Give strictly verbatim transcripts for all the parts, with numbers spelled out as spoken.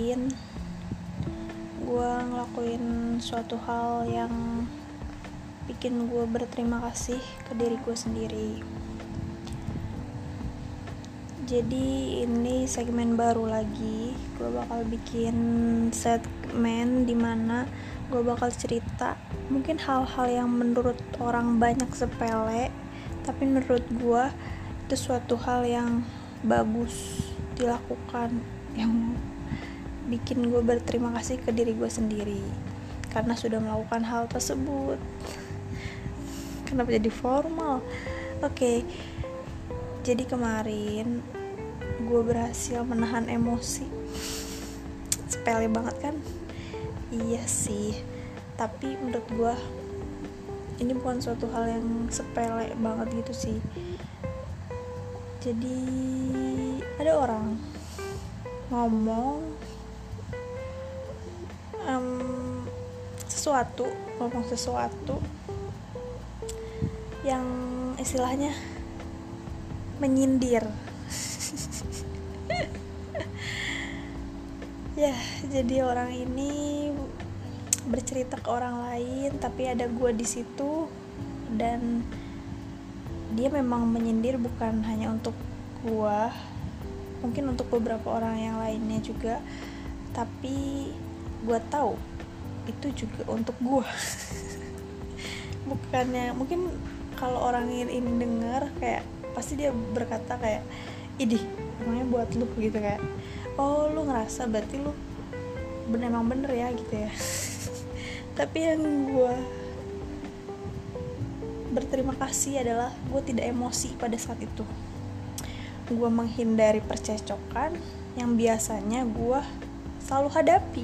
kemarin gue ngelakuin suatu hal yang bikin gue berterima kasih ke diri gue sendiri. Jadi ini segmen baru lagi, gue bakal bikin segmen dimana gue bakal cerita mungkin hal-hal yang menurut orang banyak sepele, tapi menurut gue itu suatu hal yang bagus dilakukan, yang bikin gue berterima kasih ke diri gue sendiri karena sudah melakukan hal tersebut. Kenapa jadi formal? Oke, okay. Jadi kemarin gue berhasil menahan emosi. Sepele banget kan? Iya sih, tapi menurut gue ini bukan suatu hal yang sepele banget gitu sih. Jadi ada orang ngomong um, sesuatu ngomong sesuatu yang istilahnya menyindir. Ya, jadi orang ini bercerita ke orang lain, tapi ada gue di situ, dan dia memang menyindir bukan hanya untuk gue, mungkin untuk beberapa orang yang lainnya juga, tapi gue tahu itu juga untuk gue. Bukannya, mungkin kalau orang ini dengar kayak pasti dia berkata kayak, idih, emangnya buat lu gitu, kayak oh lu ngerasa berarti lu bener emang bener ya gitu ya. Tapi yang gue berterima kasih adalah gue tidak emosi pada saat itu. Gue menghindari percecokan yang biasanya gue selalu hadapi.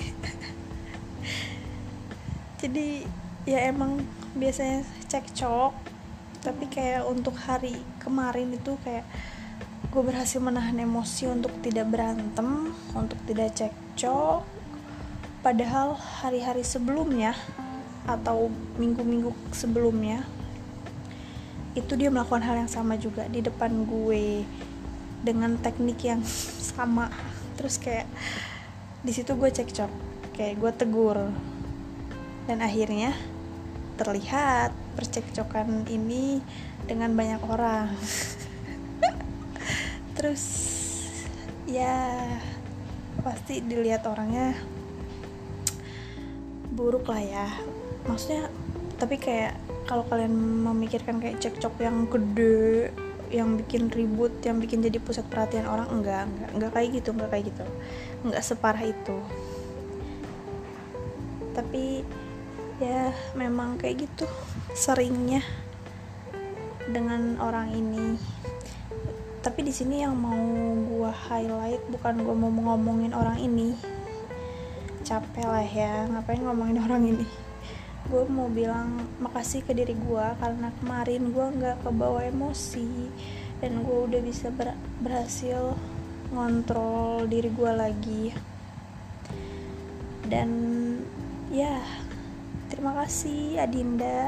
Jadi ya emang biasanya cekcok, tapi kayak untuk hari kemarin itu kayak gue berhasil menahan emosi untuk tidak berantem, untuk tidak cekcok. Padahal hari-hari sebelumnya atau minggu-minggu sebelumnya itu dia melakukan hal yang sama juga di depan gue dengan teknik yang sama. Terus kayak di situ gue cekcok, kayak gue tegur, dan akhirnya terlihat percekcokan ini dengan banyak orang. Terus ya pasti dilihat orangnya buruk lah ya, maksudnya. Tapi kayak kalau kalian memikirkan kayak cekcok yang gede, yang bikin ribut, yang bikin jadi pusat perhatian orang, enggak, enggak, enggak kayak gitu, enggak kayak gitu, enggak separah itu. Tapi ya memang kayak gitu seringnya dengan orang ini. Tapi di sini yang mau gue highlight bukan gue mau ngomongin orang ini, capek lah ya, ngapain ngomongin orang ini. Gue mau bilang makasih ke diri gue karena kemarin gue nggak kebawa emosi, dan gue udah bisa ber- berhasil ngontrol diri gue lagi. Dan ya terima kasih Adinda.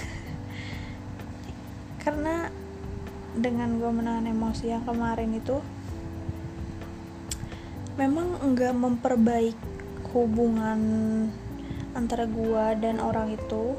Karena dengan gue menahan emosi yang kemarin itu memang enggak memperbaik hubungan antara gue dan orang itu,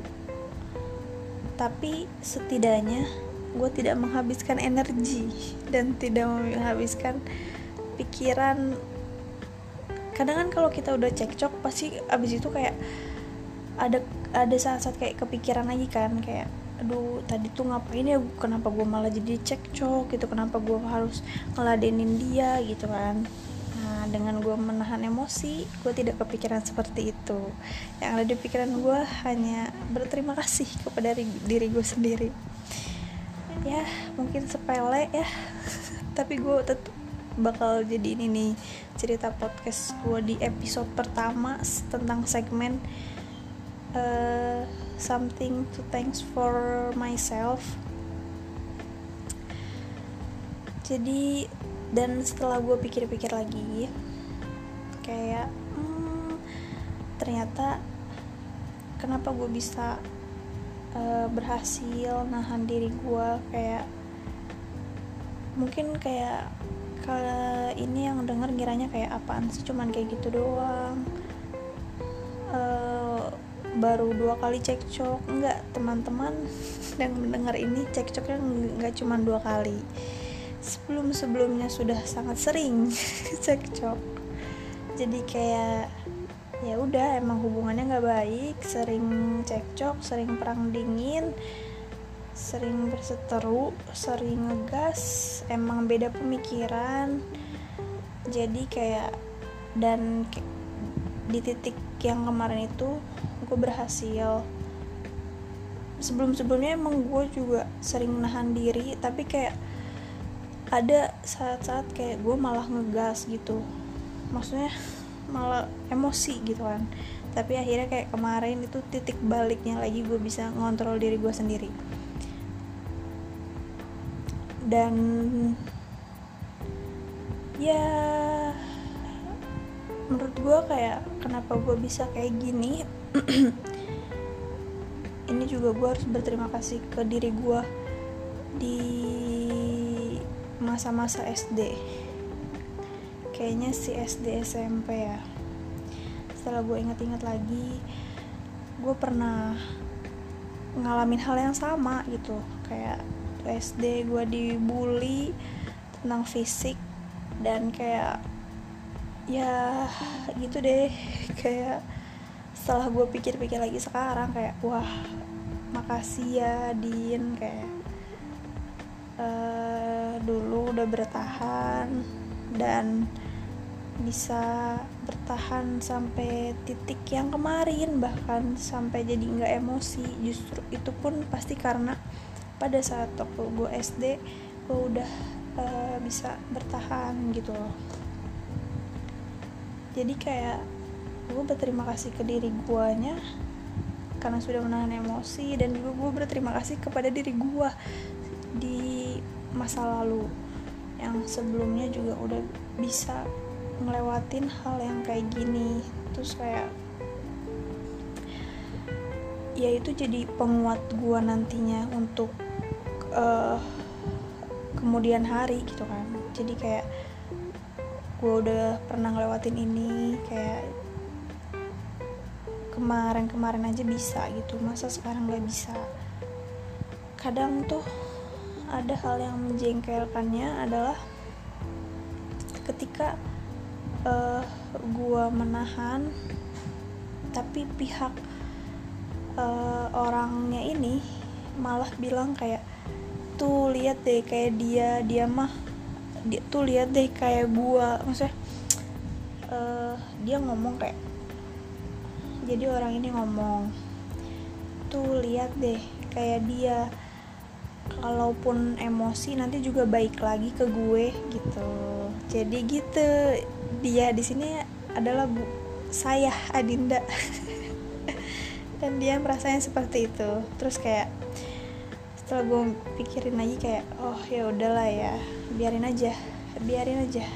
tapi setidaknya gue tidak menghabiskan energi dan tidak menghabiskan pikiran. Kadang kan kalau kita udah cekcok pasti abis itu kayak ada ada saat-saat kayak kepikiran lagi kan, kayak aduh tadi tuh ngapain ya, kenapa gue malah jadi cekcok gitu, kenapa gue harus ngeladenin dia gitu kan. Nah dengan gue menahan emosi, gue tidak kepikiran seperti itu. Yang ada di pikiran gue hanya berterima kasih kepada diri gue sendiri. Ya mungkin sepele ya, tapi gue tetap bakal jadi ini nih cerita podcast gue di episode pertama tentang segmen uh, something to thanks for myself. Jadi, dan setelah gue pikir-pikir lagi, kayak hmm, ternyata kenapa gue bisa uh, berhasil nahan diri gue, kayak mungkin kayak kalau ini yang denger ngiranya kayak apaan sih, cuman kayak gitu doang, uh, baru dua kali cekcok. Enggak, teman-teman yang mendengar ini cekcoknya enggak cuma dua kali, sebelum-sebelumnya sudah sangat sering cekcok. Jadi kayak ya udah, emang hubungannya nggak baik, sering cekcok, sering perang dingin, sering berseteru, sering ngegas, emang beda pemikiran. Jadi kayak, dan di titik yang kemarin itu gue berhasil. Sebelum-sebelumnya emang gue juga sering nahan diri, tapi kayak ada saat-saat kayak gue malah ngegas gitu, maksudnya malah emosi gitu kan. Tapi akhirnya kayak kemarin itu titik baliknya lagi, gue bisa ngontrol diri gue sendiri. Dan ya menurut gue kayak kenapa gue bisa kayak gini ini juga gue harus berterima kasih ke diri gue di masa-masa S D, kayaknya si S D S M P ya. Setelah gue ingat-ingat lagi, gue pernah ngalamin hal yang sama gitu. Kayak S D gue dibully tentang fisik, dan kayak ya gitu deh. Kayak setelah gue pikir-pikir lagi sekarang kayak wah, makasih ya Din, kayak uh, dulu udah bertahan dan bisa bertahan sampai titik yang kemarin, bahkan sampai jadi nggak emosi. Justru itu pun pasti karena pada saat waktu gue S D gue udah uh, bisa bertahan gitu loh. Jadi kayak gue berterima kasih ke diri guanya karena sudah menahan emosi, dan juga gue berterima kasih kepada diri gue di masa lalu yang sebelumnya juga udah bisa ngelewatin hal yang kayak gini. Terus kayak ya itu jadi penguat gue nantinya untuk uh, kemudian hari gitu kan. Jadi kayak gue udah pernah ngelewatin ini, kayak kemarin-kemarin aja bisa gitu, masa sekarang gak bisa. Kadang tuh ada hal yang menjengkelkannya adalah ketika uh, gue menahan, tapi pihak uh, orangnya ini malah bilang kayak, tuh lihat deh kayak dia dia mah dia tuh lihat deh kayak gue, maksudnya uh, dia ngomong kayak, jadi orang ini ngomong, tuh lihat deh kayak dia kalaupun emosi nanti juga baik lagi ke gue gitu. Jadi gitu, dia di sini adalah bu, saya Adinda dan dia merasanya seperti itu. Terus kayak setelah gue pikirin lagi kayak, oh ya udahlah ya, biarin aja biarin aja.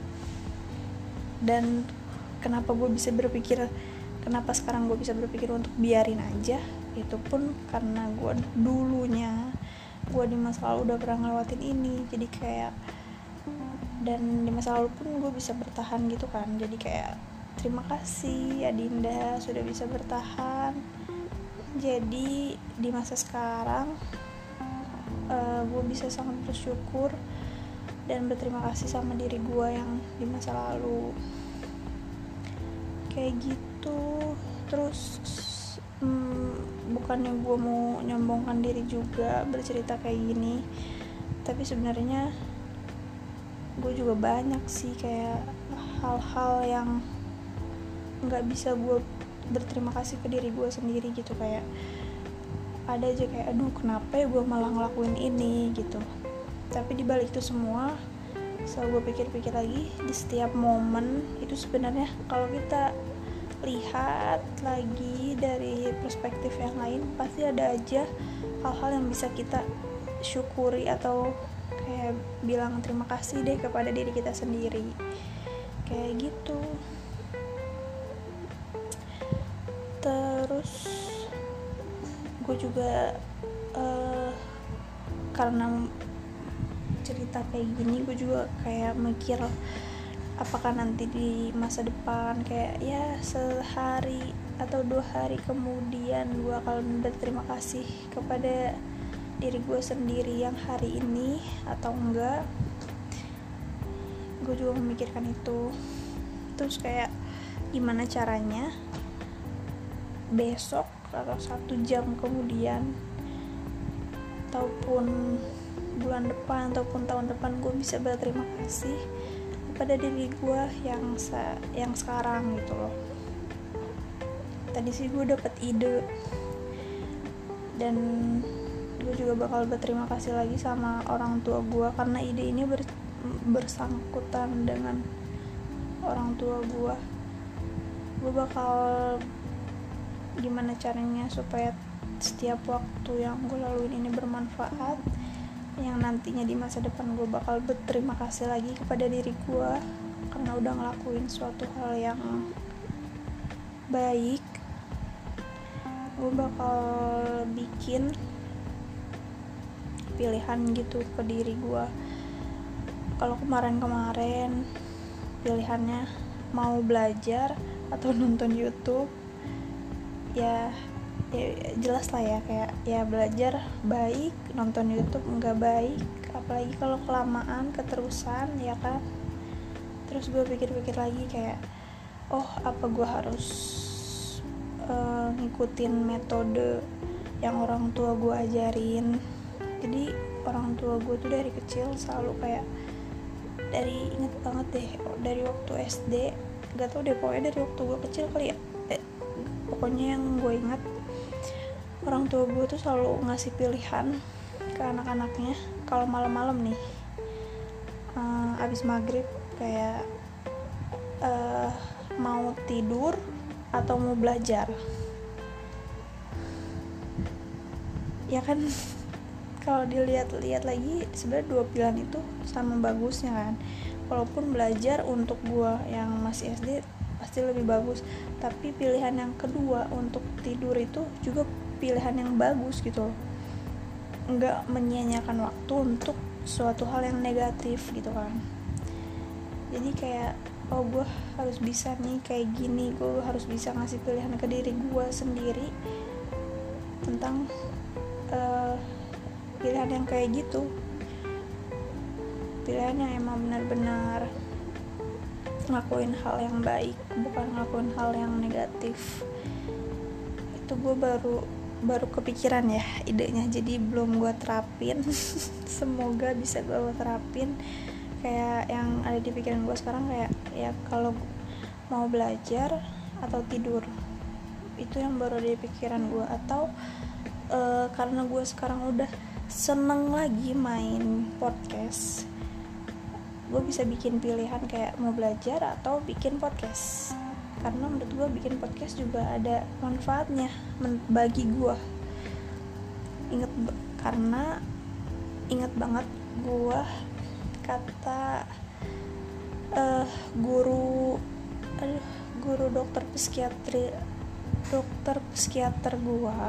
Dan kenapa gue bisa berpikir, kenapa sekarang gue bisa berpikir untuk biarin aja, itu pun karena gue dulunya gue di masa lalu udah pernah ngelewatin ini. Jadi kayak, dan di masa lalu pun gue bisa bertahan gitu kan. Jadi kayak terima kasih Adinda sudah bisa bertahan. Jadi di masa sekarang uh, gue bisa sangat bersyukur dan berterima kasih sama diri gue yang di masa lalu kayak gitu. Terus hmm, bukannya gue mau nyombongkan diri juga bercerita kayak gini, tapi sebenarnya gue juga banyak sih kayak hal-hal yang nggak bisa gue berterima kasih ke diri gue sendiri gitu. Kayak ada aja kayak, aduh kenapa ya gue malah ngelakuin ini gitu. Tapi dibalik itu semua, setelah gue pikir-pikir lagi, di setiap momen itu sebenarnya kalau kita lihat lagi dari perspektif yang lain, pasti ada aja hal-hal yang bisa kita syukuri atau kayak bilang terima kasih deh kepada diri kita sendiri kayak gitu. Terus gue juga uh, karena cerita kayak gini, gue juga kayak mikir apakah nanti di masa depan kayak ya sehari atau dua hari kemudian gue akan berterima kasih kepada diri gue sendiri yang hari ini atau enggak. Gue juga memikirkan itu. Terus kayak gimana caranya besok atau satu jam kemudian ataupun bulan depan ataupun tahun depan gue bisa berterima kasih kepada diri gue yang sa- yang sekarang gitu loh. Tadi sih gue dapet ide dan gue juga bakal berterima kasih lagi sama orang tua gue karena ide ini ber- bersangkutan dengan orang tua gue. Gue bakal gimana caranya supaya setiap waktu yang gue laluin ini bermanfaat, yang nantinya di masa depan gue bakal berterima kasih lagi kepada diri gue karena udah ngelakuin suatu hal yang baik. Gue bakal bikin pilihan gitu ke diri gue. Kalau kemarin-kemarin pilihannya mau belajar atau nonton YouTube, ya ya jelas lah ya, kayak ya belajar baik, nonton YouTube enggak baik, apalagi kalau kelamaan keterusan ya kan. Terus gue pikir-pikir lagi kayak oh apa gue harus uh, ngikutin metode yang orang tua gue ajarin. Jadi orang tua gue tuh dari kecil selalu kayak, dari inget banget deh dari waktu S D, gak tau deh pokoknya dari waktu gue kecil kali ya, eh, pokoknya yang gue ingat orang tua gue tuh selalu ngasih pilihan ke anak-anaknya kalau malam-malam nih uh, abis maghrib kayak uh, mau tidur atau mau belajar ya kan. Kalau dilihat-lihat lagi sebenarnya dua pilihan itu sama bagusnya kan. Walaupun belajar untuk gue yang masih S D pasti lebih bagus, tapi pilihan yang kedua untuk tidur itu juga pilihan yang bagus gitu loh, nggak menyia-nyiakan waktu untuk suatu hal yang negatif gitu kan. Jadi kayak oh gue harus bisa nih kayak gini, gue harus bisa ngasih pilihan ke diri gue sendiri tentang uh, pilihan yang kayak gitu, pilihan yang emang benar-benar ngelakuin hal yang baik, bukan ngelakuin hal yang negatif. Itu gue baru baru kepikiran ya idenya, jadi belum gue terapin. Semoga bisa gue terapin kayak yang ada di pikiran gue sekarang, kayak ya kalau mau belajar atau tidur, itu yang baru ada di pikiran gue. Atau uh, karena gue sekarang udah seneng lagi main podcast, gue bisa bikin pilihan kayak mau belajar atau bikin podcast. Karena menurut gue bikin podcast juga ada manfaatnya men- bagi gue. Ingat karena ingat banget gue kata uh, guru aduh, guru dokter psikiatri dokter psikiater gue,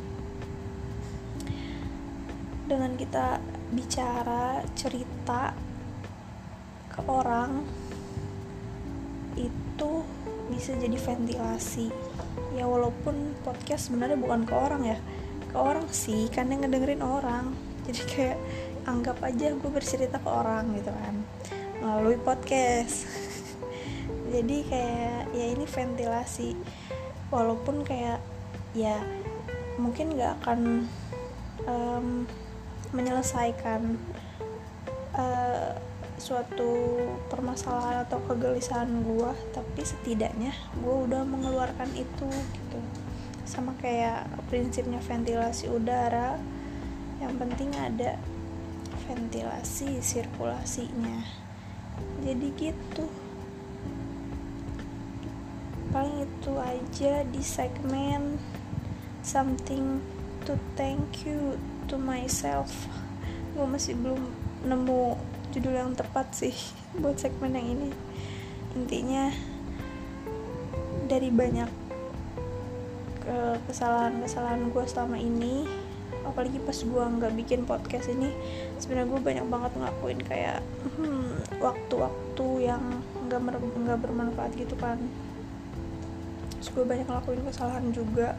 dengan kita bicara cerita ke orang itu bisa jadi ventilasi. Ya walaupun podcast sebenarnya bukan ke orang ya, ke orang sih kan yang ngedengerin orang. Jadi kayak anggap aja gue bercerita ke orang gitu kan melalui podcast. Jadi kayak ya ini ventilasi, walaupun kayak ya mungkin gak akan um, menyelesaikan uh, suatu permasalahan atau kegelisahan gue, tapi setidaknya gue udah mengeluarkan itu gitu. Sama kayak prinsipnya ventilasi udara, yang penting ada ventilasi sirkulasinya. Jadi gitu, paling itu aja di segmen something to thank you to myself. Gue masih belum nemu judul yang tepat sih buat segmen yang ini. Intinya dari banyak kesalahan-kesalahan gue selama ini, apalagi pas gue nggak bikin podcast ini, sebenarnya gue banyak banget ngelakuin kayak hmm, waktu-waktu yang nggak nggak bermanfaat gitu kan. Terus gue banyak ngelakuin kesalahan juga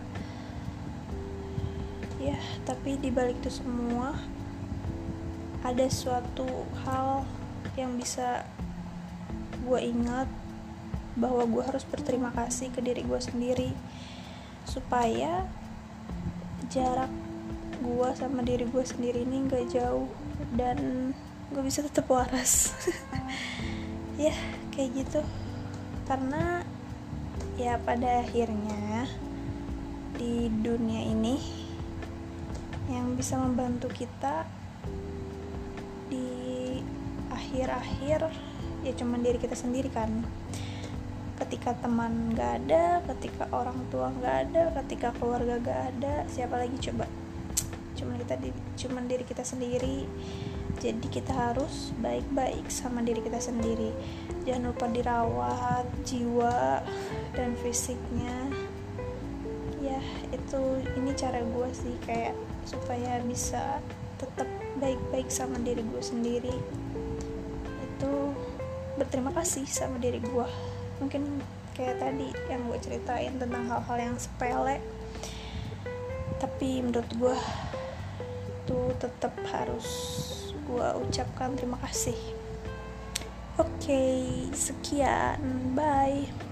ya, tapi dibalik itu semua ada suatu hal yang bisa gue ingat, bahwa gue harus berterima kasih ke diri gue sendiri supaya jarak gue sama diri gue sendiri ini gak jauh dan gue bisa tetap waras. Ya kayak gitu, karena ya pada akhirnya di dunia ini yang bisa membantu kita di akhir-akhir ya cuman diri kita sendiri kan. Ketika teman gak ada, ketika orang tua gak ada, ketika keluarga gak ada, siapa lagi coba? Cuman kita cuman diri kita sendiri. Jadi kita harus baik-baik sama diri kita sendiri. Jangan lupa dirawat jiwa dan fisiknya. Ya itu, ini cara gue sih kayak supaya bisa tetap baik-baik sama diri gue sendiri, itu berterima kasih sama diri gue. Mungkin kayak tadi yang gue ceritain tentang hal-hal yang sepele, tapi menurut gue itu tetap harus gue ucapkan terima kasih. Oke, sekian, bye.